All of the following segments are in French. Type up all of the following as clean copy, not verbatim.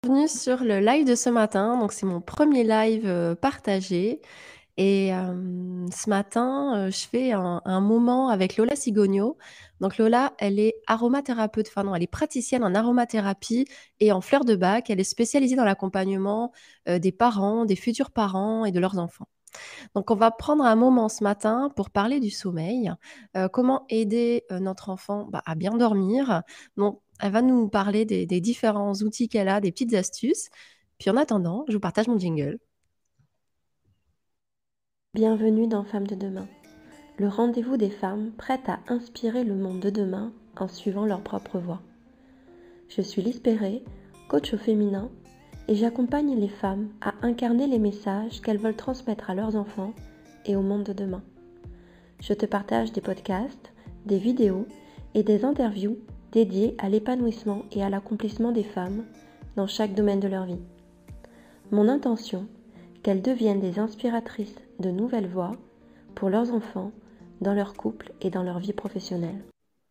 Bienvenue sur le live de ce matin. Donc, c'est mon premier live partagé. Et ce matin, je fais un moment avec Lola Sigogno. Donc, Lola, elle est aromathérapeute, enfin non, elle est praticienne en aromathérapie et en fleurs de bac. Elle est spécialisée dans l'accompagnement des parents, des futurs parents et de leurs enfants. Donc, on va prendre un moment ce matin pour parler du sommeil, comment aider notre enfant à bien dormir. Donc, elle va nous parler des différents outils qu'elle a, des petites astuces. Puis en attendant, je vous partage mon jingle. Bienvenue dans Femmes de demain, le rendez-vous des femmes prêtes à inspirer le monde de demain en suivant leur propre voie. Je suis Lise Perret, coach au féminin, et j'accompagne les femmes à incarner les messages qu'elles veulent transmettre à leurs enfants et au monde de demain. Je te partage des podcasts, des vidéos et des interviews dédiées à l'épanouissement et à l'accomplissement des femmes dans chaque domaine de leur vie. Mon intention, qu'elles deviennent des inspiratrices de nouvelles voies pour leurs enfants, dans leur couple et dans leur vie professionnelle.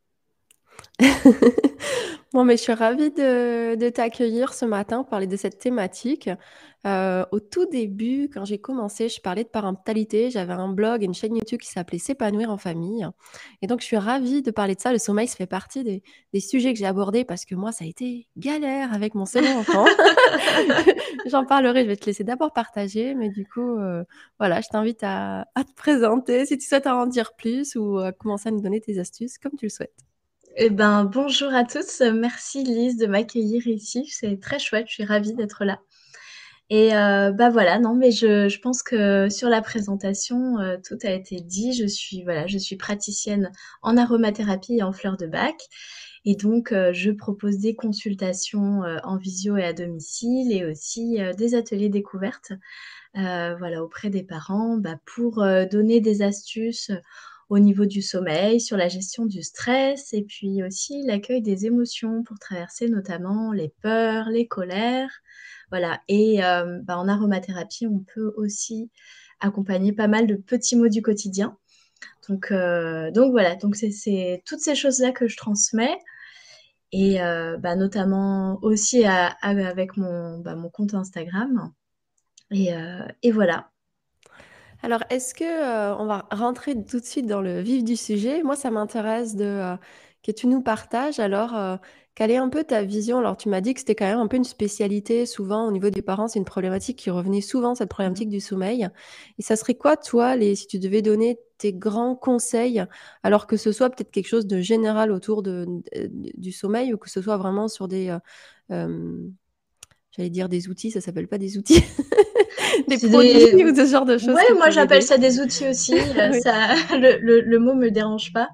Bon, mais je suis ravie de t'accueillir ce matin pour parler de cette thématique. Au tout début, quand j'ai commencé, je parlais de parentalité. J'avais un blog et une chaîne YouTube qui s'appelait S'épanouir en famille. Et donc, je suis ravie de parler de ça. Le sommeil, ça fait partie des sujets que j'ai abordés parce que moi, ça a été galère avec mon second enfant. J'en parlerai, je vais te laisser d'abord partager. Mais du coup, voilà, je t'invite à te présenter si tu souhaites en dire plus ou à commencer à nous donner tes astuces comme tu le souhaites. Bonjour à tous. Merci Lise de m'accueillir ici. C'est très chouette. Je suis ravie d'être là. Voilà, non, mais je pense que sur la présentation, tout a été dit. Je suis praticienne en aromathérapie et en fleurs de bac. Et donc, je propose des consultations en visio et à domicile et aussi des ateliers découvertes voilà, auprès des parents pour donner des astuces au niveau du sommeil, sur la gestion du stress et puis aussi l'accueil des émotions pour traverser notamment les peurs, les colères. Voilà. En aromathérapie, on peut aussi accompagner pas mal de petits mots du quotidien. Donc voilà, donc c'est toutes ces choses-là que je transmets et notamment aussi avec mon compte Instagram. Et voilà. Alors, est-ce que on va rentrer tout de suite dans le vif du sujet? Moi, ça m'intéresse que tu nous partages alors quelle est un peu ta vision? Alors, tu m'as dit que c'était quand même un peu une spécialité, souvent au niveau des parents, c'est une problématique qui revenait souvent, cette Mhm. problématique du sommeil. Et ça serait quoi, toi, si tu devais donner tes grands conseils, alors que ce soit peut-être quelque chose de général autour du sommeil ou que ce soit vraiment sur euh, j'allais dire des outils, ça s'appelle pas des outils, des C'est produits des... ou ce genre de choses Ouais, qui moi peuvent j'appelle aider. ça des outils aussi. Oui. Ça, le mot me dérange pas.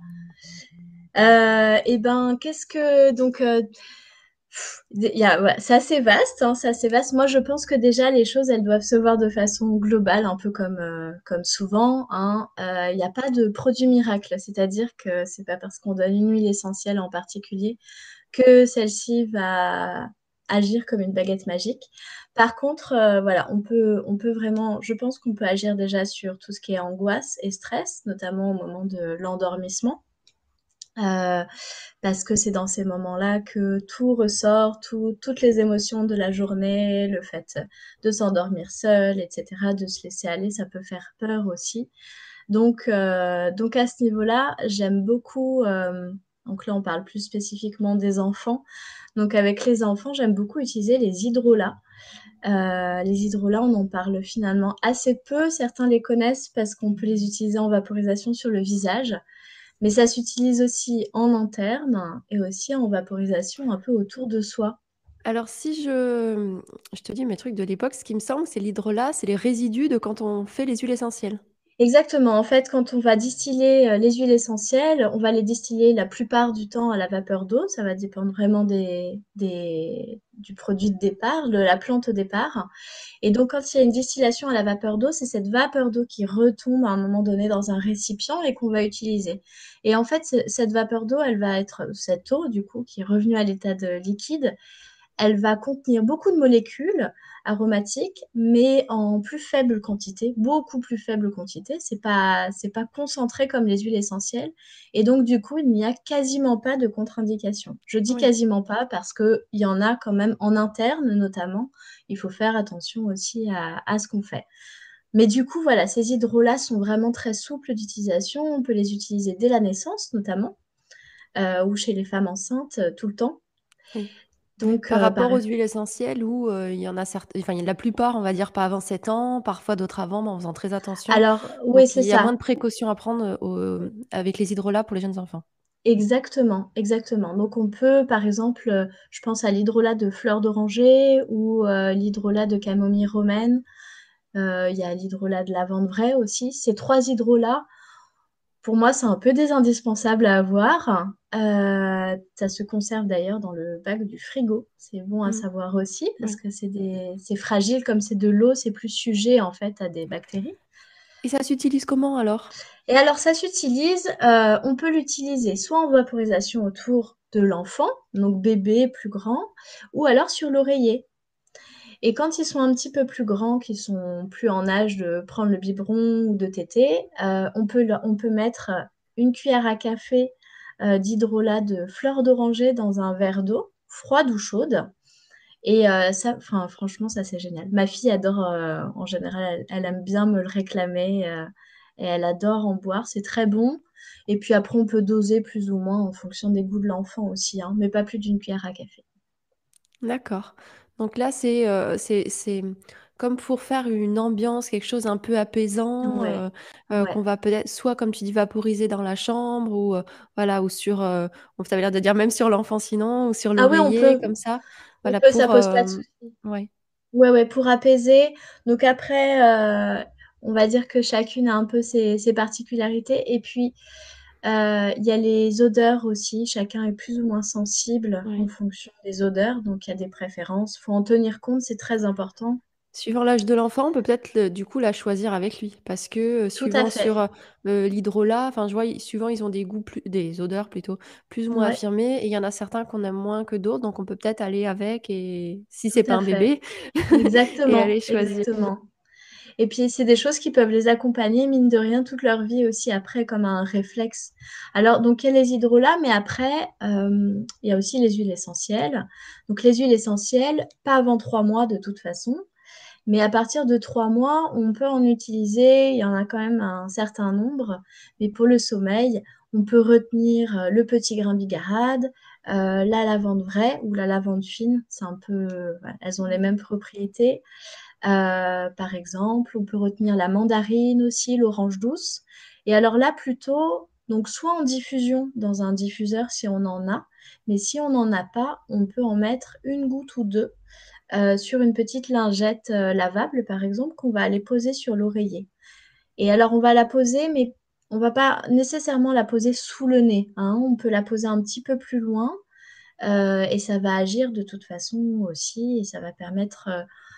Qu'est-ce que donc ouais, c'est assez vaste, hein, c'est assez vaste. Moi, je pense que déjà les choses, elles doivent se voir de façon globale, un peu comme souvent. Hein. Il n'y a pas de produit miracle, c'est-à-dire que c'est pas parce qu'on donne une huile essentielle en particulier que celle-ci va agir comme une baguette magique. Par contre, voilà, on peut vraiment, je pense qu'on peut agir déjà sur tout ce qui est angoisse et stress, notamment au moment de l'endormissement. Euh, Parce que c'est dans ces moments-là que tout ressort, toutes les émotions de la journée, le fait de s'endormir seul, etc., de se laisser aller, ça peut faire peur aussi. Donc à ce niveau-là, j'aime beaucoup. Donc là, on parle plus spécifiquement des enfants. Donc avec les enfants, j'aime beaucoup utiliser les hydrolats. Les hydrolats, on en parle finalement assez peu. Certains les connaissent parce qu'on peut les utiliser en vaporisation sur le visage. Mais ça s'utilise aussi en interne et aussi en vaporisation un peu autour de soi. Alors, si je te dis mes trucs de l'époque, ce qui me semble, c'est l'hydrolat, c'est les résidus de quand on fait les huiles essentielles. Exactement. En fait, quand on va distiller les huiles essentielles, on va les distiller la plupart du temps à la vapeur d'eau. Ça va dépendre vraiment du produit de départ, de la plante au départ. Et donc, quand il y a une distillation à la vapeur d'eau, c'est cette vapeur d'eau qui retombe à un moment donné dans un récipient et qu'on va utiliser. Et en fait, cette vapeur d'eau, elle va être, cette eau, du coup, qui est revenue à l'état de liquide, elle va contenir beaucoup de molécules aromatiques, mais en plus faible quantité, beaucoup plus faible quantité. C'est pas concentré comme les huiles essentielles. Et donc, du coup, il n'y a quasiment pas de contre-indication. Je dis Oui. quasiment pas parce qu'il y en a quand même en interne, notamment. Il faut faire attention aussi à ce qu'on fait. Mais du coup, voilà, ces hydrolats sont vraiment très souples d'utilisation. On peut les utiliser dès la naissance, notamment, ou chez les femmes enceintes, tout le temps. Oui. Donc, Par rapport aux huiles essentielles où il y en a enfin, la plupart, on va dire, pas avant 7 ans, parfois d'autres avant, mais en faisant très attention. alors, oui, Donc, c'est il y a moins ça. de précautions à prendre avec les hydrolats pour les jeunes enfants. Exactement, exactement. Donc, on peut, par exemple, je pense à l'hydrolat de fleur d'oranger ou l'hydrolat de camomille romaine. Il y a l'hydrolat de lavande vraie aussi. Ces trois hydrolats, pour moi, c'est un peu des indispensables à avoir. Ça se conserve d'ailleurs dans le bac du frigo. C'est bon à Mm. savoir aussi parce Oui. que c'est fragile comme c'est de l'eau, c'est plus sujet en fait à des bactéries. Et ça s'utilise comment alors? Et alors, ça s'utilise, on peut l'utiliser soit en vaporisation autour de l'enfant, donc bébé, plus grand, ou alors sur l'oreiller. Et quand ils sont un petit peu plus grands, qu'ils sont plus en âge de prendre le biberon ou de téter, on peut mettre une cuillère à café d'hydrolat de fleur d'oranger dans un verre d'eau, froide ou chaude. Et ça, enfin, franchement, ça c'est génial. Ma fille adore, en général, elle aime bien me le réclamer et elle adore en boire. C'est très bon. Et puis après, on peut doser plus ou moins en fonction des goûts de l'enfant aussi, hein, mais pas plus d'une cuillère à café. D'accord. Donc là, c'est comme pour faire une ambiance, quelque chose un peu apaisant, Ouais, ouais. qu'on va peut-être soit, comme tu dis, vaporiser dans la chambre ou voilà, ou sur, ça veut l'air de dire même sur l'enfant sinon, ou sur Ah oui, l'oreiller, comme ça. Voilà, ça pour, pose pas de souci. ouais. Ouais, ouais, pour apaiser. Donc après, on va dire que chacune a un peu ses particularités. Et puis, il y a les odeurs aussi. Chacun est plus ou moins sensible en Ouais. fonction des odeurs. Donc, il y a des préférences. Faut en tenir compte, c'est très important. Suivant l'âge de l'enfant, on peut peut-être du coup la choisir avec lui parce que Tout à suivant fait. sur l'hydrolat, enfin je vois suivant ils ont des goûts des odeurs plutôt plus ou moins Ouais, affirmées et il y en a certains qu'on aime moins que d'autres donc on peut peut-être aller avec et si tout c'est pas à un fait. bébé et Exactement, aller choisir. exactement. Et puis, c'est des choses qui peuvent les accompagner, mine de rien, toute leur vie aussi après, comme un réflexe. Alors, donc, il y a les hydrolats, mais après, il y a aussi les huiles essentielles. Donc, les huiles essentielles, pas avant 3 mois de toute façon. Mais à partir de 3 mois, on peut en utiliser. Il y en a quand même un certain nombre. Mais pour le sommeil, on peut retenir le petit grain bigarade, la lavande vraie ou la lavande fine. C'est un peu, voilà, elles ont les mêmes propriétés. Par exemple, on peut retenir la mandarine aussi, l'orange douce. Et alors là, plutôt, donc soit en diffusion dans un diffuseur si on en a, mais si on n'en a pas, on peut en mettre une goutte ou deux sur une petite lingette lavable, par exemple, qu'on va aller poser sur l'oreiller. Et alors, on va la poser, mais on va pas nécessairement la poser sous le nez, hein. On peut la poser un petit peu plus loin et ça va agir de toute façon aussi et ça va permettre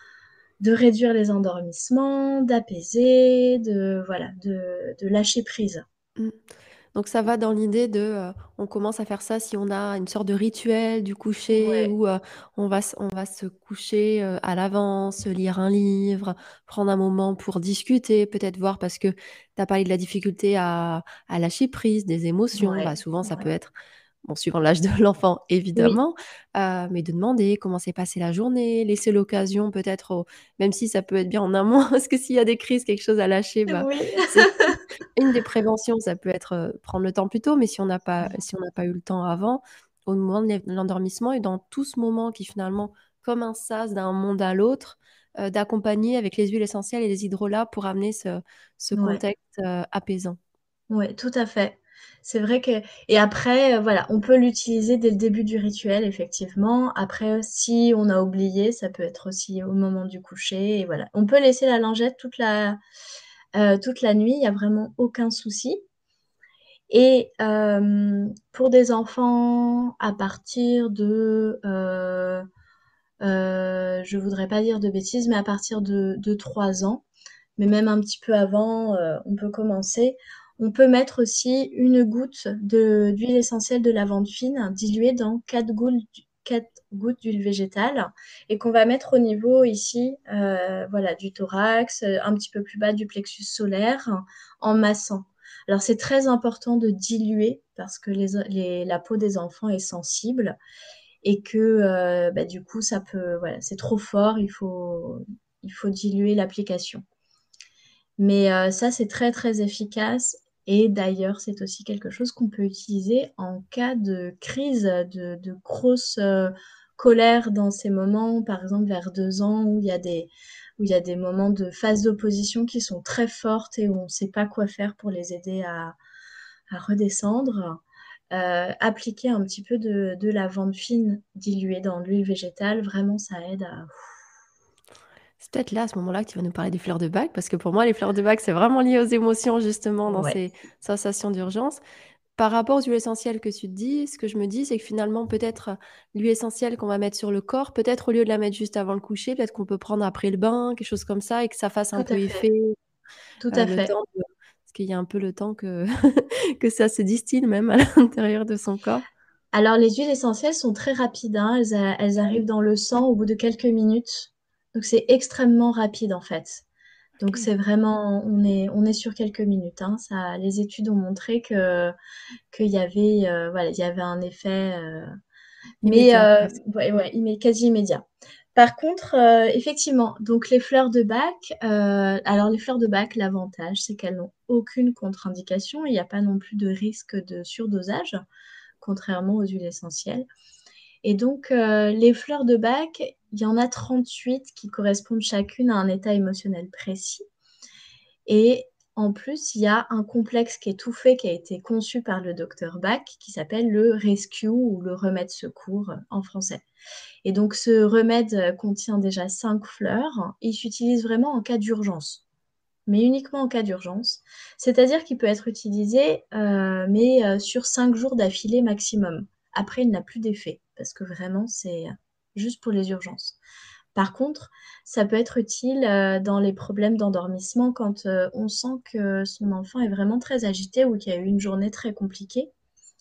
de réduire les endormissements, d'apaiser, voilà, de lâcher prise. Mm. Donc ça va dans l'idée de, on commence à faire ça si on a une sorte de rituel du coucher Ouais, où on va se coucher à l'avance, lire un livre, prendre un moment pour discuter, peut-être voir parce que tu as parlé de la difficulté à lâcher prise des émotions. ouais, Bah, souvent, ça peut ouais. être, bon, suivant l'âge de l'enfant, Oui, évidemment, mais de demander comment s'est passée la journée, laisser l'occasion peut-être, même si ça peut être bien en amont, parce que s'il y a des crises, quelque chose à lâcher, bah, oui. c'est une des préventions, ça peut être prendre le temps plus tôt, mais si on n'a pas eu le temps avant, au moment de l'endormissement et dans tout ce moment qui finalement, comme un sas d'un monde à l'autre, d'accompagner avec les huiles essentielles et les hydrolats pour amener ce Ouais, contexte apaisant. ouais, tout à fait. C'est vrai que et après voilà, on peut l'utiliser dès le début du rituel effectivement. Après si on a oublié, ça peut être aussi au moment du coucher et voilà. On peut laisser la lingette toute la nuit, il y a vraiment aucun souci. Et pour des enfants à partir de, je voudrais pas dire de bêtises, mais à partir de 3 ans, mais même un petit peu avant, on peut commencer. On peut mettre aussi une goutte d'huile essentielle de lavande fine diluée dans 4 gouttes d'huile végétale et qu'on va mettre au niveau ici, voilà, du thorax, un petit peu plus bas du plexus solaire, en massant. Alors, c'est très important de diluer parce que la peau des enfants est sensible et que du coup, voilà, c'est trop fort, il faut diluer l'application. Mais ça, c'est très, très efficace. Et d'ailleurs, c'est aussi quelque chose qu'on peut utiliser en cas de crise, de grosse colère dans ces moments, par exemple vers 2 ans, où il y a des moments de phase d'opposition qui sont très fortes et où on ne sait pas quoi faire pour les aider à redescendre. Appliquer un petit peu de lavande fine diluée dans l'huile végétale, vraiment, ça aide à... C'est peut-être là, à ce moment-là, que tu vas nous parler des fleurs de bac, parce que pour moi, les fleurs de bac, c'est vraiment lié aux émotions, justement, dans Ouais, ces sensations d'urgence. Par rapport aux huiles essentielles que tu te dis, ce que je me dis, c'est que finalement, peut-être l'huile essentielle qu'on va mettre sur le corps, peut-être au lieu de la mettre juste avant le coucher, peut-être qu'on peut prendre après le bain, quelque chose comme ça, et que ça fasse un tout peu à fait. effet, Tout à le fait. temps parce qu'il y a un peu le temps que, que ça se distille même à l'intérieur de son corps. Alors, les huiles essentielles sont très rapides, hein. Elles arrivent dans le sang au bout de quelques minutes. Donc, c'est extrêmement rapide, en fait. Donc, Ok. c'est vraiment, on est sur quelques minutes, hein. Les études ont montré qu'il y avait, voilà, il y avait un effet, mais Immédiat presque. ouais, ouais, quasi immédiat. Par contre, effectivement, donc les fleurs de bac, alors les fleurs de bac, l'avantage, c'est qu'elles n'ont aucune contre-indication. Il n'y a pas non plus de risque de surdosage, contrairement aux huiles essentielles. Et donc, les fleurs de bac, il y en a 38 qui correspondent chacune à un état émotionnel précis. Et en plus, il y a un complexe qui est tout fait, qui a été conçu par le docteur Bach, qui s'appelle le Rescue ou le remède secours en français. Et donc, ce remède contient déjà 5 fleurs. Il s'utilise vraiment en cas d'urgence, mais uniquement en cas d'urgence. C'est-à-dire qu'il peut être utilisé, mais sur 5 jours d'affilée maximum. Après, il n'a plus d'effet, parce que vraiment, c'est juste pour les urgences. Par contre, ça peut être utile dans les problèmes d'endormissement quand on sent que son enfant est vraiment très agité ou qu'il y a eu une journée très compliquée.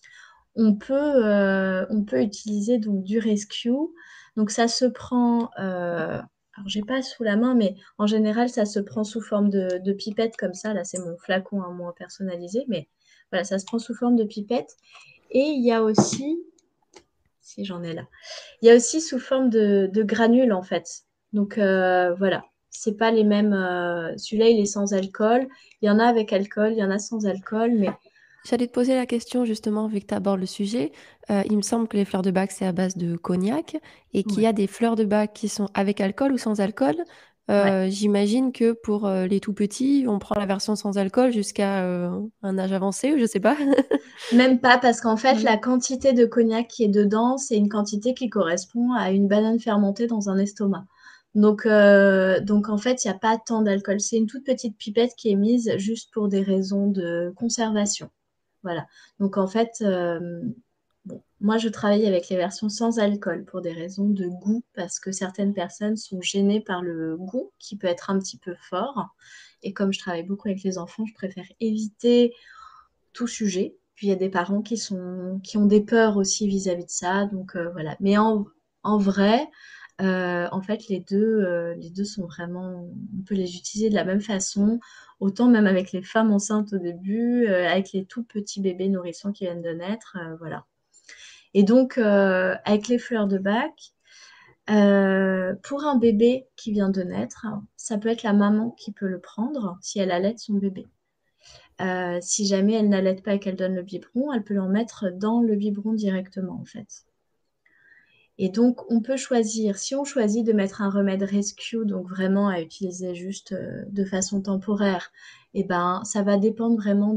On peut utiliser donc du rescue. Donc ça se prend, alors j'ai pas sous la main, mais en général ça se prend sous forme de pipette comme ça. Là c'est mon flacon à moi personnalisé, mais voilà, ça se prend sous forme de pipette. Et il y a aussi, si j'en ai là, il y a aussi sous forme de granules en fait. Donc voilà, c'est pas les mêmes. Celui-là il est sans alcool. Il y en a avec alcool, il y en a sans alcool, mais J'allais te poser la question justement, vu que tu abordes le sujet. Il me semble que les fleurs de bac, c'est à base de cognac et qu'il y ouais, a des fleurs de bac qui sont avec alcool ou sans alcool. ouais. J'imagine que pour les tout petits, on prend la version sans alcool jusqu'à un âge avancé, ou je sais pas. Même pas, parce qu'en fait, Ouais. la quantité de cognac qui est dedans, c'est une quantité qui correspond à une banane fermentée dans un estomac. Donc en fait, il n'y a pas tant d'alcool. C'est une toute petite pipette qui est mise juste pour des raisons de conservation. Voilà. Donc en fait, bon, moi je travaille avec les versions sans alcool pour des raisons de goût, parce que certaines personnes sont gênées par le goût qui peut être un petit peu fort. Et comme je travaille beaucoup avec les enfants, je préfère éviter tout sujet. Puis il y a des parents qui ont des peurs aussi vis-à-vis de ça. Donc voilà. Mais en vrai, en fait, les deux sont vraiment, on peut les utiliser de la même façon, autant même avec les femmes enceintes au début, avec les tout petits bébés nourrissons qui viennent de naître, voilà. Et donc, avec les fleurs de bac, pour un bébé qui vient de naître, ça peut être la maman qui peut le prendre si elle allait son bébé. Si jamais elle n'allait pas et qu'elle donne le biberon, elle peut l'en mettre dans le biberon directement, en fait. Et donc, on peut choisir, si on choisit de mettre un remède rescue, donc vraiment à utiliser juste de façon temporaire, et ben, ça va dépendre vraiment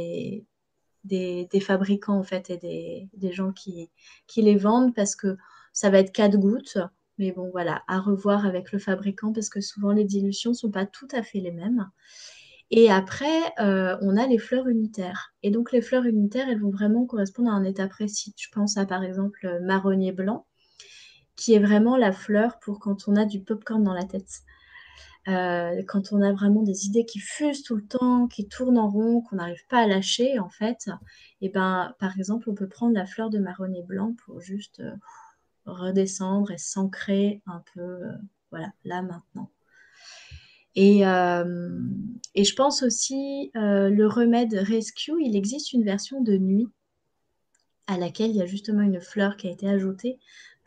des fabricants, en fait, et des gens qui les vendent, parce que ça va être 4 gouttes. Mais bon, voilà, à revoir avec le fabricant, parce que souvent les dilutions ne sont pas tout à fait les mêmes. Et après, on a les fleurs unitaires. Et donc, les fleurs unitaires, elles vont vraiment correspondre à un état précis. Je pense à, par exemple, marronnier blanc, qui est vraiment la fleur pour quand on a du popcorn dans la tête. Quand on a vraiment des idées qui fusent tout le temps, qui tournent en rond, qu'on n'arrive pas à lâcher, en fait, et ben, par exemple, on peut prendre la fleur de marronnier blanc pour juste redescendre et s'ancrer un peu, voilà, là maintenant. Et, euh, et je pense aussi, le remède Rescue, il existe une version de nuit à laquelle il y a justement une fleur qui a été ajoutée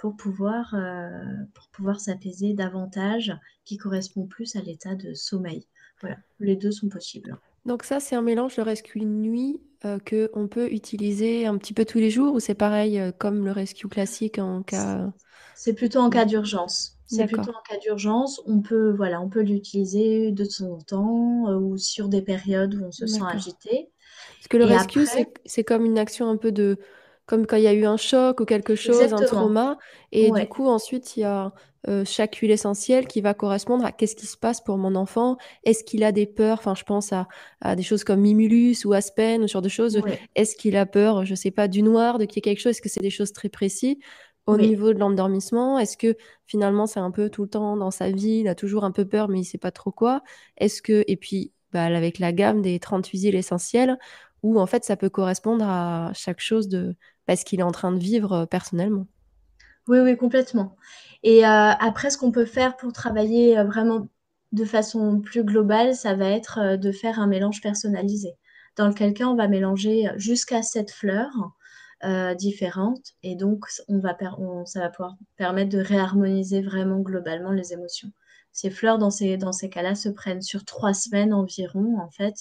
pour pouvoir s'apaiser davantage, qui correspond plus à l'état de sommeil. Voilà, les deux sont possibles. Donc ça, c'est un mélange de rescue nuit que on peut utiliser un petit peu tous les jours ou c'est pareil comme le rescue classique en cas... C'est plutôt en cas d'urgence. C'est plutôt D'accord. en cas d'urgence. Voilà, on peut l'utiliser de temps en temps ou sur des périodes où on se sent D'accord. agité. Parce que le Et rescue, après, c'est comme une action un peu de... Comme quand il y a eu un choc ou quelque chose, un exactement. trauma. Et du Ouais, coup, ensuite, il y a chaque huile essentielle qui va correspondre à qu'est-ce qui se passe pour mon enfant. Est-ce qu'il a des peurs? Enfin, je pense à des choses comme Mimulus ou Aspen ou ce genre de choses. ouais, Est-ce qu'il a peur, je sais pas, du noir, de qu'il y ait quelque chose? Est-ce que c'est des choses très précises? Au oui. niveau de l'endormissement, est-ce que finalement c'est un peu tout le temps dans sa vie, il a toujours un peu peur, mais il sait pas trop quoi? Est-ce que, et puis, bah, avec la gamme des 38 huiles essentielles, où en fait ça peut correspondre à chaque chose de parce qu'il est en train de vivre personnellement. Oui, oui, complètement. Et après, ce qu'on peut faire pour travailler vraiment de façon plus globale, ça va être de faire un mélange personnalisé, dans lequel cas on va mélanger jusqu'à 7 fleurs différentes, et donc ça va pouvoir permettre de réharmoniser vraiment globalement les émotions. Ces fleurs, dans ces cas-là, se prennent sur 3 semaines environ, en fait,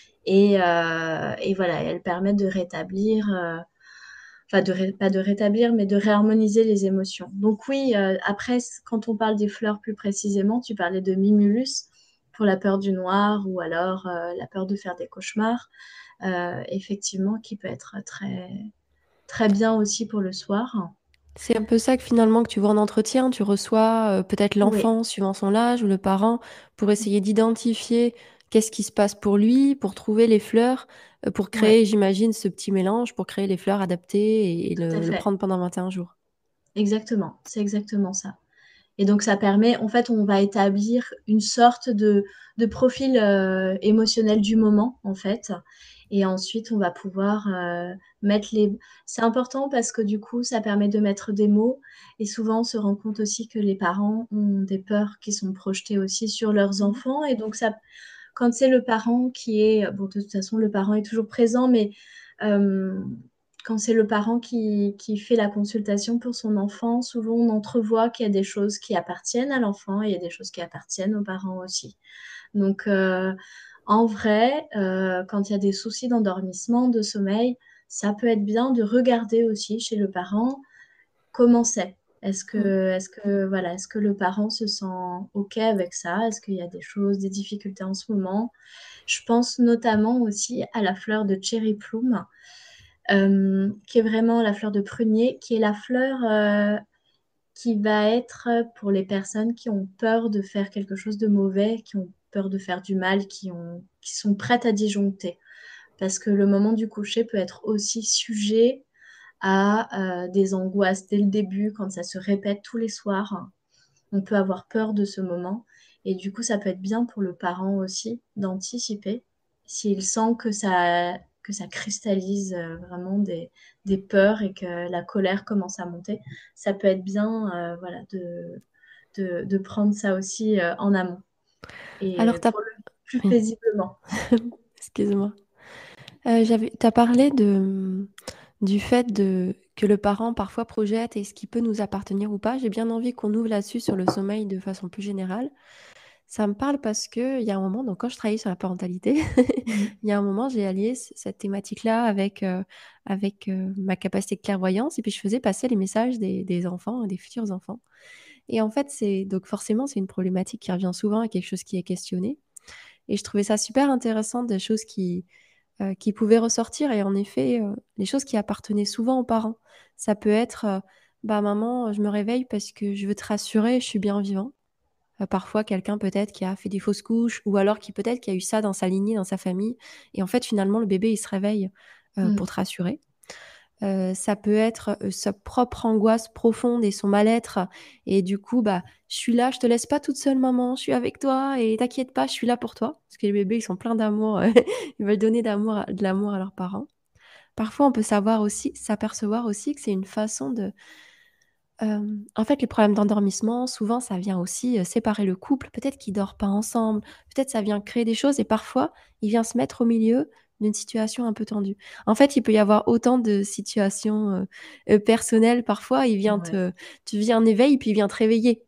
et voilà, elles permettent de rétablir. Enfin, pas de rétablir, mais de réharmoniser les émotions. Donc oui, après, quand on parle des fleurs plus précisément, tu parlais de Mimulus pour la peur du noir ou alors la peur de faire des cauchemars, effectivement, qui peut être très, très bien aussi pour le soir. C'est un peu ça que finalement que tu vois en entretien, tu reçois peut-être Oui, l'enfant suivant son âge ou le parent pour essayer d'identifier qu'est-ce qui se passe pour lui, pour trouver les fleurs, pour ouais, créer, j'imagine, ce petit mélange, pour créer les fleurs adaptées et tout à le fait. prendre pendant 21 jours. Exactement, c'est exactement ça. Et donc, ça permet, en fait, on va établir une sorte de profil émotionnel du moment, en fait. Et ensuite, on va pouvoir mettre les... C'est important parce que du coup, ça permet de mettre des mots. Et souvent, on se rend compte aussi que les parents ont des peurs qui sont projetées aussi sur leurs Mhm. enfants. Et donc, ça, quand c'est le parent qui est... Bon, de toute façon, le parent est toujours présent, mais euh, quand c'est le parent qui fait la consultation pour son enfant, souvent on entrevoit qu'il y a des choses qui appartiennent à l'enfant et il y a des choses qui appartiennent aux parents aussi. Donc, en vrai, quand il y a des soucis d'endormissement, de sommeil, ça peut être bien de regarder aussi chez le parent comment c'est. Mm. Voilà, est-ce que le parent se sent OK avec ça? Est-ce qu'il y a des choses, des difficultés en ce moment? Je pense notamment aussi à la fleur de Cherry Plum, qui est vraiment la fleur de prunier, qui est la fleur qui va être pour les personnes qui ont peur de faire quelque chose de mauvais, qui ont peur de faire du mal, qui sont prêtes à disjoncter. Parce que le moment du coucher peut être aussi sujet à des angoisses dès le début, quand ça se répète tous les soirs. On peut avoir peur de ce moment. Et du coup, ça peut être bien pour le parent aussi d'anticiper s'il sent que ça cristallise vraiment des peurs et que la colère commence à monter. Ça peut être bien voilà, de prendre ça aussi en amont et Alors, pour le plus oui, paisiblement. excuse-moi. T'as parlé du fait que le parent parfois projette et ce qui peut nous appartenir ou pas. J'ai bien envie qu'on ouvre là-dessus sur le sommeil de façon plus générale. Ça me parle parce que il y a un moment, donc quand je travaillais sur la parentalité, Mhm. il y a un moment, j'ai allié cette thématique-là avec ma capacité de clairvoyance et puis je faisais passer les messages des enfants, des futurs enfants. Et en fait, donc forcément, c'est une problématique qui revient souvent et quelque chose qui est questionné. Et je trouvais ça super intéressant, des choses qui pouvaient ressortir. Et en effet, les choses qui appartenaient souvent aux parents. Ça peut être, bah maman, je me réveille parce que je veux te rassurer, je suis bien vivant. Parfois, quelqu'un peut-être qui a fait des fausses couches ou alors qui peut-être qui a eu ça dans sa lignée, dans sa famille. Et en fait, finalement, le bébé, il se réveille pour Mhm. te rassurer. Ça peut être sa propre angoisse profonde et son mal-être. Et du coup, bah, je suis là, je te laisse pas toute seule, maman, je suis avec toi et t'inquiète pas, je suis là pour toi. Parce que les bébés, ils sont pleins d'amour, ils veulent donner de l'amour à leurs parents. Parfois, on peut s'apercevoir aussi que c'est une façon En fait, les problèmes d'endormissement, souvent, ça vient aussi, séparer le couple. Peut-être qu'ils dort pas ensemble, peut-être ça vient créer des choses et parfois, il vient se mettre au milieu d'une situation un peu tendue. En fait, il peut y avoir autant de situations, personnelles parfois. Ouais. Tu vis un éveil, puis il vient te réveiller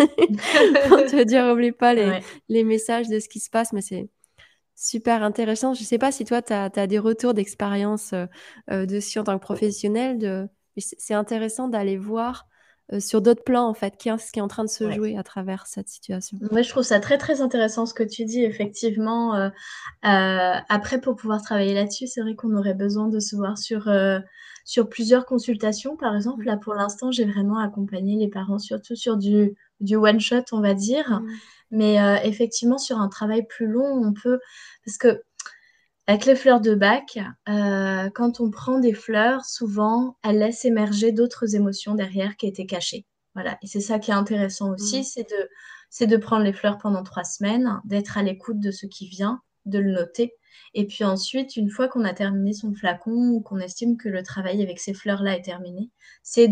pour te dire: «Oublie pas Ouais. les messages de ce qui se passe», mais c'est super intéressant. Je sais pas si toi, tu as des retours d'expérience, dessus en tant que professionnel de mais c'est intéressant d'aller voir, sur d'autres plans, en fait, ce qui est en train de se Ouais. jouer à travers cette situation. Ouais, je trouve ça très, très intéressant ce que tu dis, effectivement. Après, pour pouvoir travailler là-dessus, c'est vrai qu'on aurait besoin de se voir sur plusieurs consultations. Par exemple, Mmh. là, pour l'instant, j'ai vraiment accompagné les parents surtout sur du one shot, on va dire. Mmh. Mais effectivement, sur un travail plus long, on peut... Parce que avec les fleurs de bac, quand on prend des fleurs, souvent, elles laissent émerger d'autres émotions derrière qui étaient cachées. Voilà. Et c'est ça qui est intéressant Mmh. aussi, c'est de prendre les fleurs pendant 3 semaines, d'être à l'écoute de ce qui vient, de le noter. Et puis ensuite, une fois qu'on a terminé son flacon ou qu'on estime que le travail avec ces fleurs-là est terminé, c'est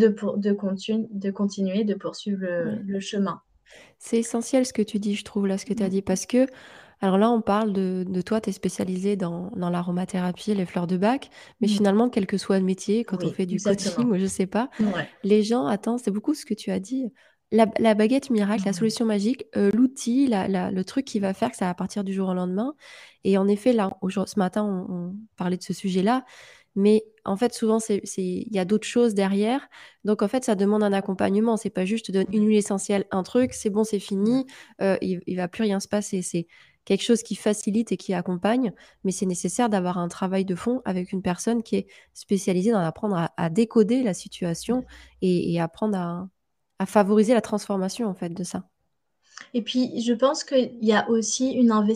de continuer, de poursuivre Ouais. le chemin. C'est essentiel ce que tu dis, je trouve, là, ce que tu as Mm. dit, parce que alors là, on parle de toi, tu es spécialisée dans l'aromathérapie, les fleurs de bac, mais Mm. finalement, quel que soit le métier, quand on Oui, fait du coaching exactement. ou je sais pas, Ouais. les gens attendent, c'est beaucoup ce que tu as dit, la baguette miracle, la Ouais. solution magique, l'outil, le truc qui va faire que ça va partir du jour au lendemain. Et en effet, là, ce matin, on parlait de ce sujet-là, mais en fait, souvent, il y a d'autres choses derrière. Donc, en fait, ça demande un accompagnement. C'est pas juste, je te donne une Ouais. huile essentielle, un truc, c'est bon, c'est Ouais. fini, il va plus rien se passer. C'est quelque chose qui facilite et qui accompagne, mais c'est nécessaire d'avoir un travail de fond avec une personne qui est spécialisée dans apprendre à décoder la situation et apprendre à favoriser la transformation, en fait, de ça. Et puis, je pense qu'il y a aussi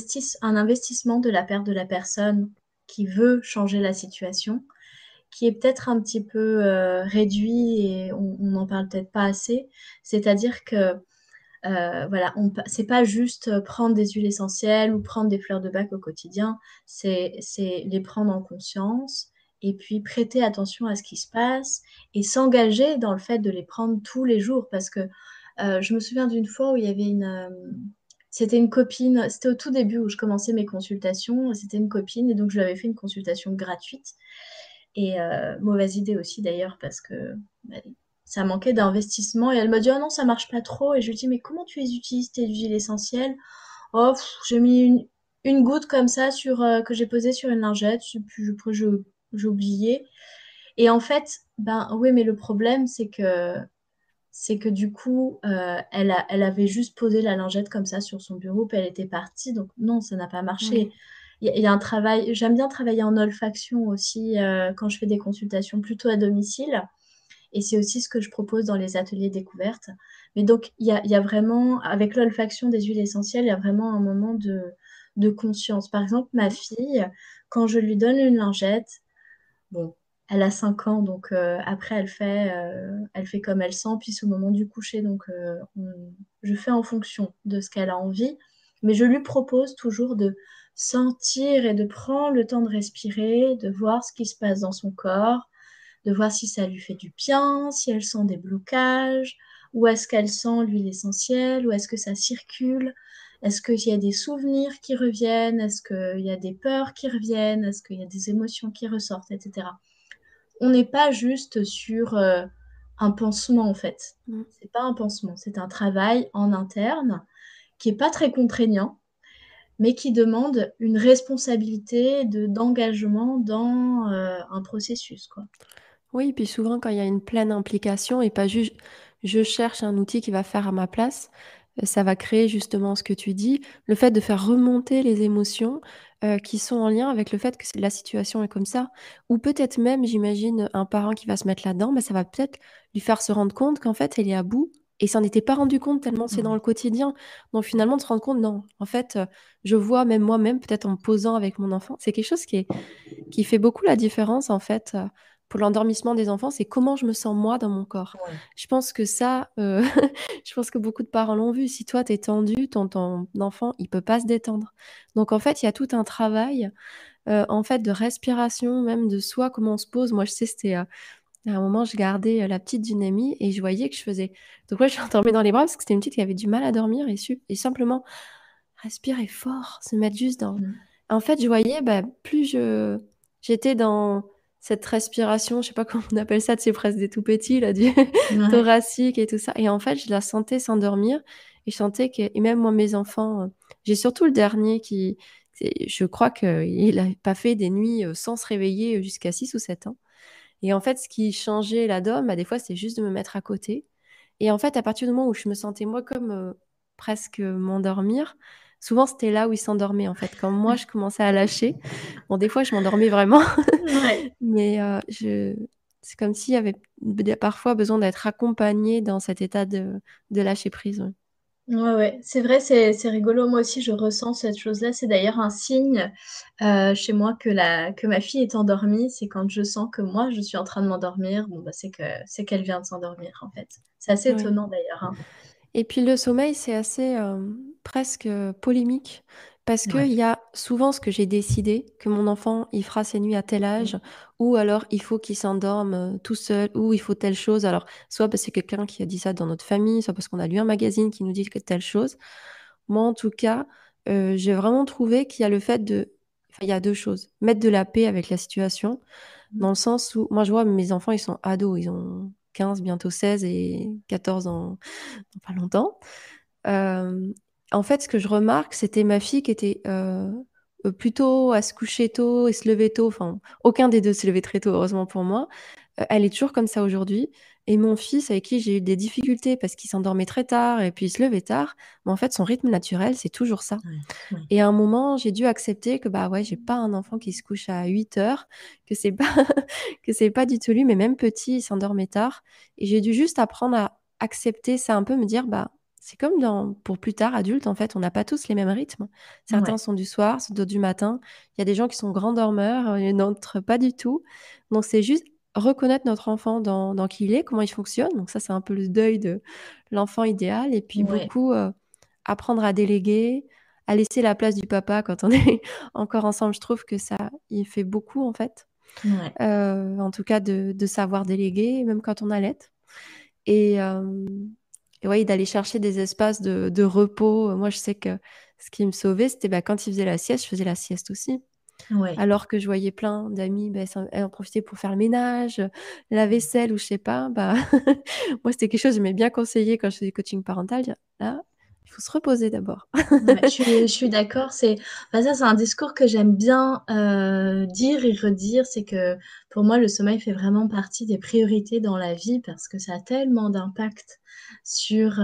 un investissement de la part de la personne qui veut changer la situation, qui est peut-être un petit peu réduit et on n'en parle peut-être pas assez. C'est-à-dire que, voilà, c'est pas juste prendre des huiles essentielles ou prendre des fleurs de bac au quotidien, c'est les prendre en conscience et puis prêter attention à ce qui se passe et s'engager dans le fait de les prendre tous les jours parce que je me souviens d'une fois où il y avait c'était une copine, c'était au tout début où je commençais mes consultations, c'était une copine et donc je lui avais fait une consultation gratuite. Et mauvaise idée aussi d'ailleurs parce que bah, ça manquait d'investissement et elle m'a dit oh non ça marche pas trop et je lui dis mais comment tu les utilises tes huiles essentielles? Oh j'ai mis une goutte comme ça que j'ai posée sur une lingette, puis après j'ai oublié. Et en fait ben oui mais le problème c'est que du coup, elle avait juste posé la lingette comme ça sur son bureau, puis elle était partie. Donc non, ça n'a pas marché. Oui. Il y a un travail, j'aime bien travailler en olfaction aussi quand je fais des consultations plutôt à domicile. Et c'est aussi ce que je propose dans les ateliers découvertes. Mais donc, il y a vraiment, avec l'olfaction des huiles essentielles, il y a vraiment un moment de conscience. Par exemple, ma fille, quand je lui donne une lingette, bon, elle a 5 ans, donc après, elle fait comme elle sent, puis c'est au moment du coucher, donc je fais en fonction de ce qu'elle a envie. Mais je lui propose toujours de sentir et de prendre le temps de respirer, de voir ce qui se passe dans son corps, de voir si ça lui fait du bien, si elle sent des blocages, ou est-ce qu'elle sent l'huile essentielle, ou est-ce que ça circule, est-ce qu'il y a des souvenirs qui reviennent, est-ce qu'il y a des peurs qui reviennent, est-ce qu'il y a des émotions qui ressortent, etc. On n'est pas juste sur un pansement en fait. Mmh. C'est pas un pansement, c'est un travail en interne qui est pas très contraignant, mais qui demande une responsabilité d'engagement dans un processus, quoi. Oui, puis souvent quand il y a une pleine implication et pas juste je cherche un outil qui va faire à ma place, ça va créer justement ce que tu dis, le fait de faire remonter les émotions, qui sont en lien avec le fait que la situation est comme ça. Ou peut-être même, j'imagine, un parent qui va se mettre là-dedans, bah, ça va peut-être lui faire se rendre compte qu'en fait, elle est à bout et s'en était pas rendu compte tellement c'est dans Ouais. le quotidien. Donc finalement, de se rendre compte, non, en fait, je vois même moi-même, peut-être en me posant avec mon enfant, c'est quelque chose qui fait beaucoup la différence en fait, pour l'endormissement des enfants, c'est comment je me sens moi dans mon corps. Ouais. Je pense que ça, je pense que beaucoup de parents l'ont vu. Si toi tu es tendu, ton enfant, il peut pas se détendre. Donc en fait, il y a tout un travail, en fait de respiration, même de soi, comment on se pose. Moi je sais, À un moment, je gardais la petite d'une amie et je voyais que je faisais. Donc, ouais, je l'endormais dans les bras parce que c'était une petite qui avait du mal à dormir et simplement respirer fort, se mettre juste dans. Mm. En fait, je voyais, bah, j'étais dans cette respiration, je sais pas comment on appelle ça, c'est presque des tout petits, là, du Ouais. thoracique et tout ça. Et en fait, je la sentais s'endormir et je sentais que, et même moi, mes enfants, j'ai surtout le dernier je crois qu'il a pas fait des nuits sans se réveiller jusqu'à 6 ou 7 ans. Et en fait, ce qui changeait la donne, bah, des fois, c'est juste de me mettre à côté. Et en fait, à partir du moment où je me sentais, moi, comme presque m'endormir, souvent, c'était là où il s'endormait, en fait. Quand moi, je commençais à lâcher, bon, des fois, je m'endormais vraiment, Ouais. mais c'est comme s'il y avait parfois besoin d'être accompagné dans cet état de lâcher prise. Ouais. Ouais, ouais, c'est vrai, c'est rigolo. Moi aussi, je ressens cette chose-là. C'est d'ailleurs un signe chez moi que ma fille est endormie. C'est quand je sens que moi, je suis en train de m'endormir. Bon, bah, c'est qu'elle vient de s'endormir, en fait. C'est assez Ouais. étonnant, d'ailleurs, hein. Et puis le sommeil, c'est assez presque polémique parce qu'il Ouais. y a souvent ce que j'ai décidé, que mon enfant, il fera ses nuits à tel âge, Mm. ou alors il faut qu'il s'endorme tout seul, ou il faut telle chose. Alors, soit parce que c'est quelqu'un qui a dit ça dans notre famille, soit parce qu'on a lu un magazine qui nous dit que telle chose. Moi, en tout cas, j'ai vraiment trouvé qu'il y a le fait de. Enfin, il y a deux choses. Mettre de la paix avec la situation, dans le sens où, moi, je vois mes enfants, ils sont ados, ils ont 15, bientôt 16 et 14 dans pas longtemps. Euh, En fait, ce que je remarque, c'était ma fille qui était plutôt à se coucher tôt et se lever tôt. Enfin, aucun des deux se levait très tôt, heureusement pour moi. Elle est toujours comme ça aujourd'hui. Et mon fils, avec qui j'ai eu des difficultés parce qu'il s'endormait très tard et puis il se levait tard, mais en fait, son rythme naturel, c'est toujours ça. Ouais, ouais, Et à un moment, j'ai dû accepter que bah ouais, j'ai pas un enfant qui se couche à 8 heures, que c'est pas que c'est pas du tout lui, mais même petit, il s'endormait tard. Et j'ai dû juste apprendre à accepter ça un peu, me dire bah c'est comme pour plus tard adulte en fait, on n'a pas tous les mêmes rythmes. Certains ouais, sont du soir, d'autres du matin. Il y a des gens qui sont grands dormeurs, et d'autres pas du tout. Donc c'est juste reconnaître notre enfant dans qui il est, comment il fonctionne. Donc ça c'est un peu le deuil de l'enfant idéal et puis ouais, beaucoup apprendre à déléguer à laisser la place du papa quand on est encore ensemble. Je trouve que ça, il fait beaucoup en fait. ouais, En tout cas, de savoir déléguer, même quand on allait. Et, euh, et ouais, d'aller chercher des espaces de repos. Moi, je sais que ce qui me sauvait, c'était bah, quand il faisait la sieste, je faisais la sieste aussi. ouais. Alors que je voyais plein d'amis, bah, elles en profitaient pour faire le ménage, la vaisselle ou je sais pas. Bah, moi, c'était quelque chose que j'aimais bien conseiller quand je faisais coaching parental. Dire, là, il faut se reposer d'abord. Ouais, je suis d'accord. Enfin, ça, c'est un discours que j'aime bien dire et redire. C'est que pour moi, le sommeil fait vraiment partie des priorités dans la vie parce que ça a tellement d'impact sur,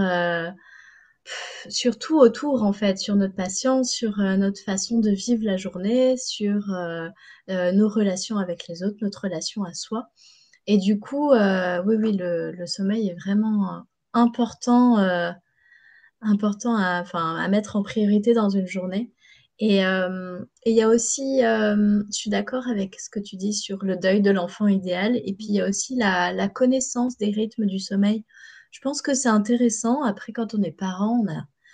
sur tout autour, en fait, sur notre patience, sur notre façon de vivre la journée, sur nos relations avec les autres, notre relation à soi. Et du coup, oui, oui, le sommeil est vraiment important. Important enfin, à mettre en priorité dans une journée. Et il y a aussi, je suis d'accord avec ce que tu dis sur le deuil de l'enfant idéal, et puis il y a aussi la connaissance des rythmes du sommeil. Je pense que c'est intéressant. Après, quand on est parent,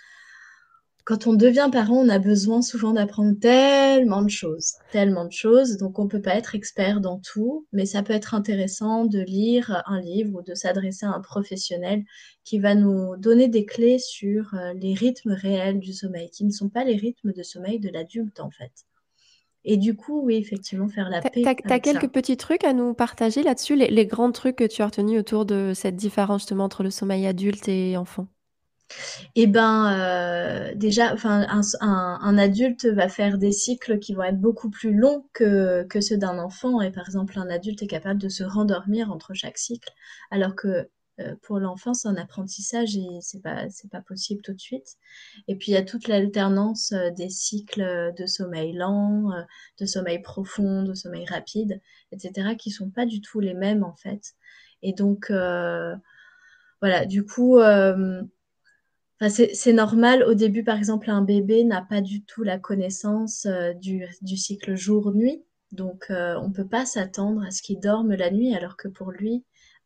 quand on devient parent, on a besoin souvent d'apprendre tellement de choses, donc on peut pas être expert dans tout, mais ça peut être intéressant de lire un livre ou de s'adresser à un professionnel qui va nous donner des clés sur les rythmes réels du sommeil, qui ne sont pas les rythmes de sommeil de l'adulte en fait. Et du coup, oui, effectivement, faire la paix T'as avec quelques ça. petits trucs à nous partager là-dessus, les grands trucs que tu as retenus autour de cette différence justement entre le sommeil adulte et enfant. Eh ben, déjà, enfin, un adulte va faire des cycles qui vont être beaucoup plus longs que ceux d'un enfant. Et par exemple, un adulte est capable de se rendormir entre chaque cycle, alors que pour l'enfant, c'est un apprentissage et c'est pas possible tout de suite. Et puis, il y a toute l'alternance des cycles de sommeil lent, de sommeil profond, de sommeil rapide, etc., qui sont pas du tout les mêmes en fait. Et donc, voilà, du coup. Enfin, c'est normal. Au début, par exemple, un bébé n'a pas du tout la connaissance du cycle jour-nuit. Donc, on ne peut pas s'attendre à ce qu'il dorme la nuit, alors que pour lui,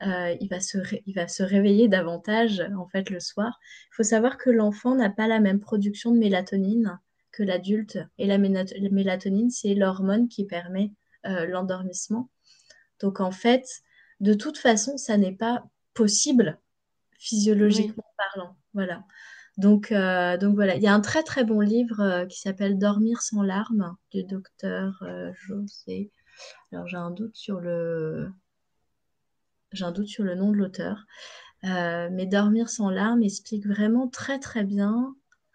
il va se réveiller davantage, en fait, le soir. Il faut savoir que l'enfant n'a pas la même production de mélatonine que l'adulte. Et la mélatonine, c'est l'hormone qui permet l'endormissement. Donc, en fait, de toute façon, ça n'est pas possible Oui. physiologiquement parlant. Voilà. Donc voilà, il y a un très très bon livre qui s'appelle Dormir sans larmes du docteur José. Alors j'ai un doute sur le nom de l'auteur. Mais Dormir sans larmes explique vraiment très très bien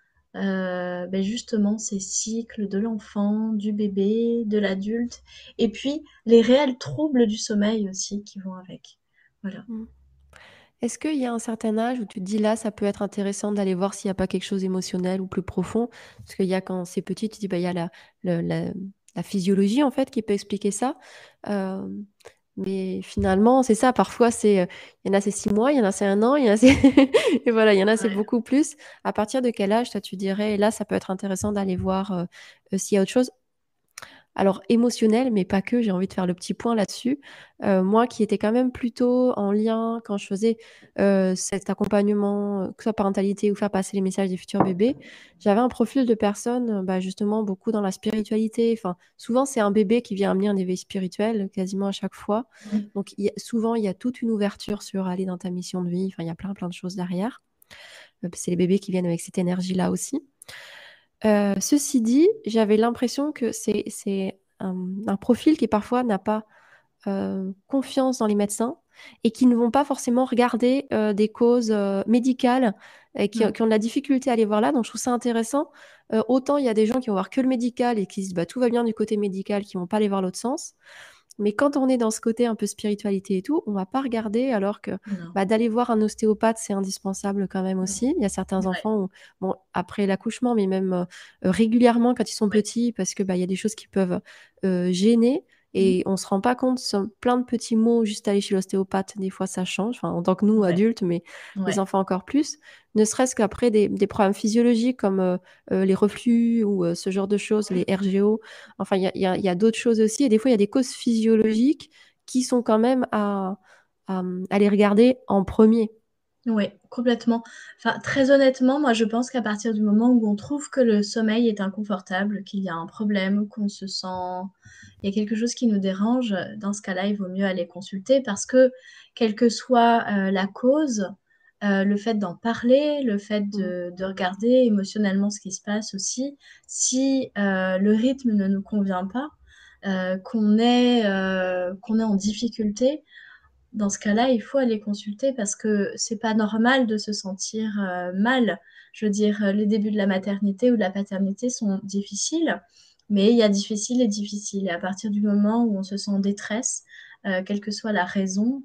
ben justement ces cycles de l'enfant, du bébé, de l'adulte, et puis les réels troubles du sommeil aussi qui vont avec. Voilà. Mm. Est-ce qu'il y a un certain âge où tu te dis là, ça peut être intéressant d'aller voir s'il n'y a pas quelque chose d'émotionnel ou plus profond? Parce qu'il y a quand c'est petit, tu dis, bah, il y a le- la, la physiologie en fait qui peut expliquer ça. Euh, mais finalement, c'est ça. Parfois, il y en a c'est 6 mois, il y en a c'est un an, il y en a c'est et voilà, il y en a c'est Ouais. beaucoup plus. À partir de quel âge, toi, tu dirais, là, ça peut être intéressant d'aller voir s'il y a autre chose? Alors émotionnel, mais pas que, j'ai envie de faire le petit point là-dessus. Moi qui étais quand même plutôt en lien quand je faisais cet accompagnement, que ce soit parentalité ou faire passer les messages des futurs bébés, j'avais un profil de personne, bah, justement beaucoup dans la spiritualité. Enfin, souvent c'est un bébé qui vient amener un éveil spirituel, quasiment à chaque fois. Mm. Donc souvent il y a toute une ouverture sur aller dans ta mission de vie. Enfin, il y a plein plein de choses derrière. C'est les bébés qui viennent avec cette énergie-là aussi. Ceci dit, j'avais l'impression que c'est un profil qui parfois n'a pas confiance dans les médecins et qui ne vont pas forcément regarder des causes médicales et Mm. qui ont de la difficulté à aller voir là. Donc je trouve ça intéressant. Autant il y a des gens qui vont voir que le médical et qui se disent bah, tout va bien du côté médical, qui vont pas aller voir l'autre sens. Mais quand on est dans ce côté un peu spiritualité et tout, on va pas regarder alors que Non. bah, d'aller voir un ostéopathe, c'est indispensable quand même Mm. aussi. Il y a certains Ouais. enfants où, bon, après l'accouchement, mais même régulièrement quand ils sont Ouais. petits, parce que bah, il y a des choses qui peuvent gêner Mm. et on se rend pas compte, sur plein de petits mots, juste aller chez l'ostéopathe, des fois ça change, enfin, en tant que nous, Ouais. adultes, mais les Ouais. enfants encore plus. Ne serait-ce qu'après des problèmes physiologiques comme les reflux ou ce genre de choses, les RGO. Enfin, il y a d'autres choses aussi. Et des fois, il y a des causes physiologiques qui sont quand même à les regarder en premier. Oui, complètement. Enfin, très honnêtement, moi, je pense qu'à partir du moment où on trouve que le sommeil est inconfortable, qu'il y a un problème, qu'on se sent, il y a quelque chose qui nous dérange, dans ce cas-là, il vaut mieux aller consulter parce que, quelle que soit la cause, le fait d'en parler, le fait Mm. de regarder émotionnellement ce qui se passe aussi, si le rythme ne nous convient pas, qu'on est en difficulté, dans ce cas-là, il faut aller consulter parce que c'est pas normal de se sentir mal. Je veux dire, les débuts de la maternité ou de la paternité sont difficiles, mais il y a difficile et difficile. Et à partir du moment où on se sent en détresse, quelle que soit la raison,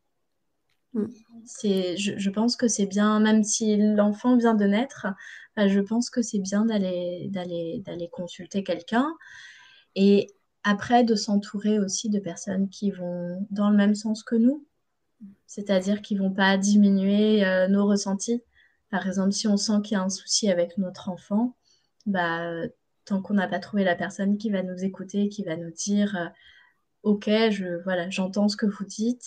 Mm. je pense que c'est bien, même si l'enfant vient de naître, je pense que c'est bien d'aller consulter quelqu'un. Et après, de s'entourer aussi de personnes qui vont dans le même sens que nous, c'est-à-dire qu'ils vont pas diminuer nos ressentis. Par exemple, si on sent qu'il y a un souci avec notre enfant, bah, tant qu'on n'a pas trouvé la personne qui va nous écouter, qui va nous dire OK, voilà, j'entends ce que vous dites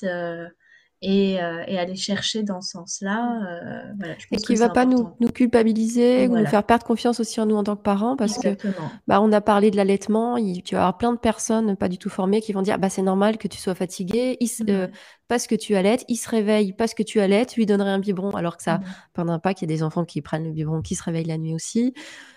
et aller chercher dans ce sens-là, voilà, je Et pense que qui c'est va pas important. nous culpabiliser ou nous Voilà, faire perdre confiance aussi en nous en tant que parents, parce que exactement. bah, on a parlé de l'allaitement, tu vas avoir plein de personnes pas du tout formées qui vont dire bah, c'est normal que tu sois fatigué Ouais. parce que tu allaites, il se réveille parce que tu allaites, lui donnerait un biberon, alors que ça Mhm. pendant pas qu'il y a des enfants qui prennent le biberon, qui se réveillent la nuit aussi.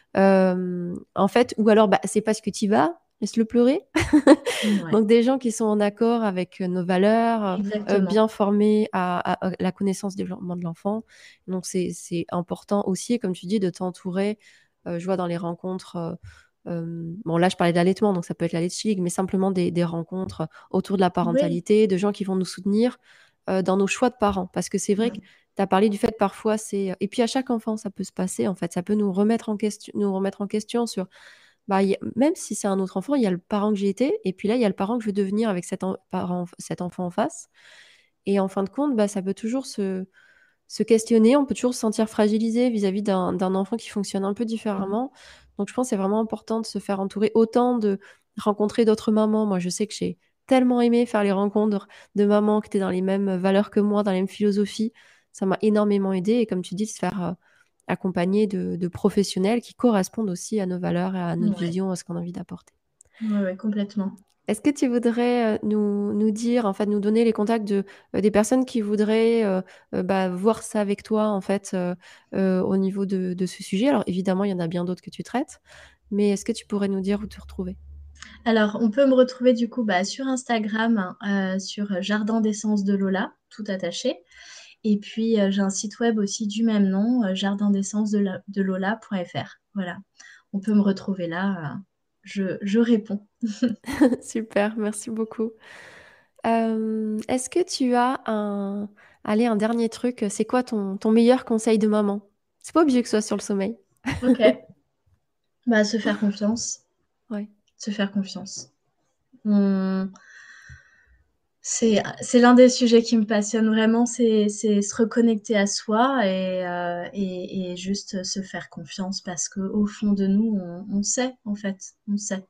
En fait, ou alors bah, c'est parce que tu y vas, laisse-le pleurer. Ouais, Donc des gens qui sont en accord avec nos valeurs, exactement. bien formés à la connaissance du développement de l'enfant. Donc c'est important aussi, et comme tu dis, de t'entourer. Je vois dans les rencontres, bon là je parlais d'allaitement, donc ça peut être la leche league, mais simplement des rencontres autour de la Oui. parentalité, de gens qui vont nous soutenir dans nos choix de parents. Parce que c'est vrai que Mm. tu as parlé du fait parfois, et puis à chaque enfant, ça peut se passer, en fait, ça peut nous remettre en question sur bah, même si c'est un autre enfant, il y a le parent que j'ai été, et puis là, il y a le parent que je veux devenir avec cet enfant en face. Et en fin de compte, bah, ça peut toujours se questionner, on peut toujours se sentir fragilisé vis-à-vis d'un enfant qui fonctionne un peu Mm. différemment. Donc, je pense que c'est vraiment important de se faire entourer, autant de rencontrer d'autres mamans. Moi, je sais que j'ai tellement aimé faire les rencontres de mamans qui étaient dans les mêmes valeurs que moi, dans les mêmes philosophies. Ça m'a énormément aidé. Et comme tu dis, de se faire accompagner de professionnels qui correspondent aussi à nos valeurs, à notre Ouais. vision, à ce qu'on a envie d'apporter. Ouais, ouais, complètement. Est-ce que tu voudrais nous dire, en fait, nous donner les contacts des personnes qui voudraient bah, voir ça avec toi, en fait, au niveau de ce sujet? Alors, évidemment, il y en a bien d'autres que tu traites, mais est-ce que tu pourrais nous dire où te retrouver? Alors, on peut me retrouver du coup sur Instagram, sur Jardin d'essence de Lola, tout attaché. Et puis, j'ai un site web aussi du même nom, de Lola.fr. Voilà, on peut me retrouver là, je réponds. Super, merci beaucoup. Est-ce que tu as allez, un dernier truc, c'est quoi ton meilleur conseil de maman? C'est pas obligé que ce soit sur le sommeil. Ok, bah se faire confiance, Ouais. se faire confiance. On- c'est l'un des sujets qui me passionne vraiment, c'est se reconnecter à soi et juste se faire confiance parce que au fond de nous, on sait en fait, on sait.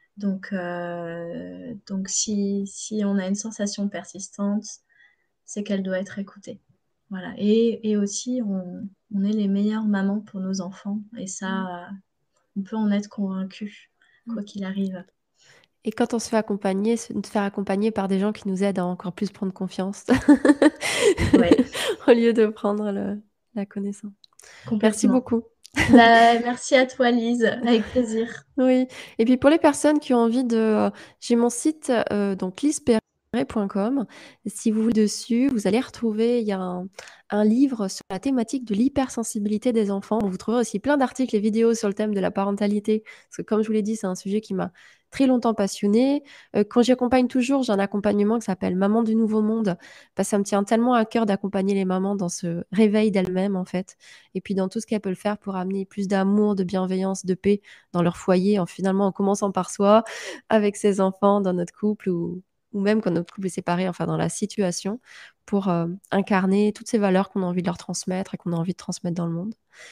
Donc si on a une sensation persistante, c'est qu'elle doit être écoutée. Voilà. Et aussi, on est les meilleures mamans pour nos enfants. Et Mm. ça, on peut en être convaincu, Mm. quoi qu'il arrive. Et quand on se fait accompagner, se faire accompagner par des gens qui nous aident à encore plus prendre confiance, Ouais, au lieu de prendre la connaissance. Merci complètement. beaucoup. Bah, merci à toi, Lise. Avec plaisir. Oui, et puis pour les personnes qui ont envie j'ai mon site, donc liseperret.com. Si vous voulez dessus, vous allez retrouver, il y a un livre sur la thématique de l'hypersensibilité des enfants. Vous trouverez aussi plein d'articles et vidéos sur le thème de la parentalité, parce que comme je vous l'ai dit, c'est un sujet qui m'a très longtemps passionnée. Quand j'accompagne toujours, j'ai un accompagnement qui s'appelle Maman du Nouveau Monde, parce que ça me tient tellement à cœur d'accompagner les mamans dans ce réveil d'elles-mêmes, en fait, et puis dans tout ce qu'elles peuvent faire pour amener plus d'amour, de bienveillance, de paix dans leur foyer, finalement en commençant par soi, avec ses enfants, dans notre couple ou même quand notre couple est séparé, enfin dans la situation, pour incarner toutes ces valeurs qu'on a envie de leur transmettre et qu'on a envie de transmettre dans le monde.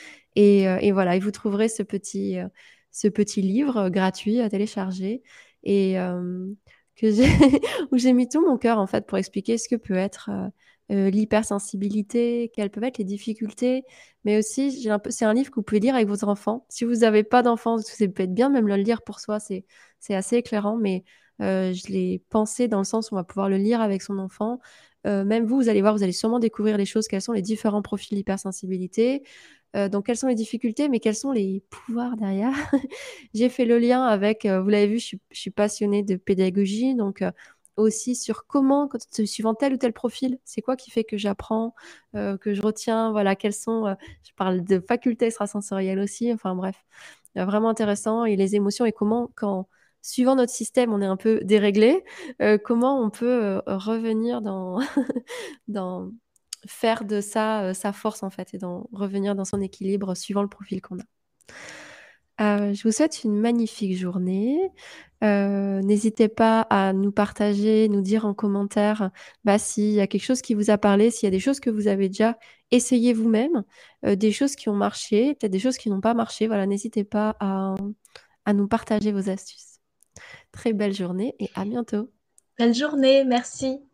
Et voilà, et vous trouverez ce petit livre gratuit à télécharger et que j'ai où j'ai mis tout mon cœur en fait pour expliquer ce que peut être l'hypersensibilité, quelles peuvent être les difficultés, mais aussi c'est un livre que vous pouvez lire avec vos enfants. Si vous n'avez pas d'enfants, c'est peut-être bien même le lire pour soi, c'est assez éclairant, mais je l'ai pensé dans le sens où on va pouvoir le lire avec son enfant. Même vous allez voir, vous allez sûrement découvrir les choses, quels sont les différents profils d'hypersensibilité, donc, quelles sont les difficultés, mais quels sont les pouvoirs derrière? J'ai fait le lien avec, vous l'avez vu, je suis passionnée de pédagogie, donc aussi sur comment, suivant tel ou tel profil, c'est quoi qui fait que j'apprends, que je retiens, voilà, quelles sont, je parle de facultés extrasensorielles aussi, enfin bref, vraiment intéressant et les émotions et comment, quand, suivant notre système, on est un peu déréglé, comment on peut revenir dans, dans faire de ça sa force en fait et revenir dans son équilibre suivant le profil qu'on a. Je vous souhaite une magnifique journée. N'hésitez pas à nous partager, nous dire en commentaire bah, s'il y a quelque chose qui vous a parlé, s'il y a des choses que vous avez déjà essayé vous-même, des choses qui ont marché, peut-être des choses qui n'ont pas marché. Voilà, n'hésitez pas à nous partager vos astuces. Très belle journée et à bientôt. Belle journée, merci.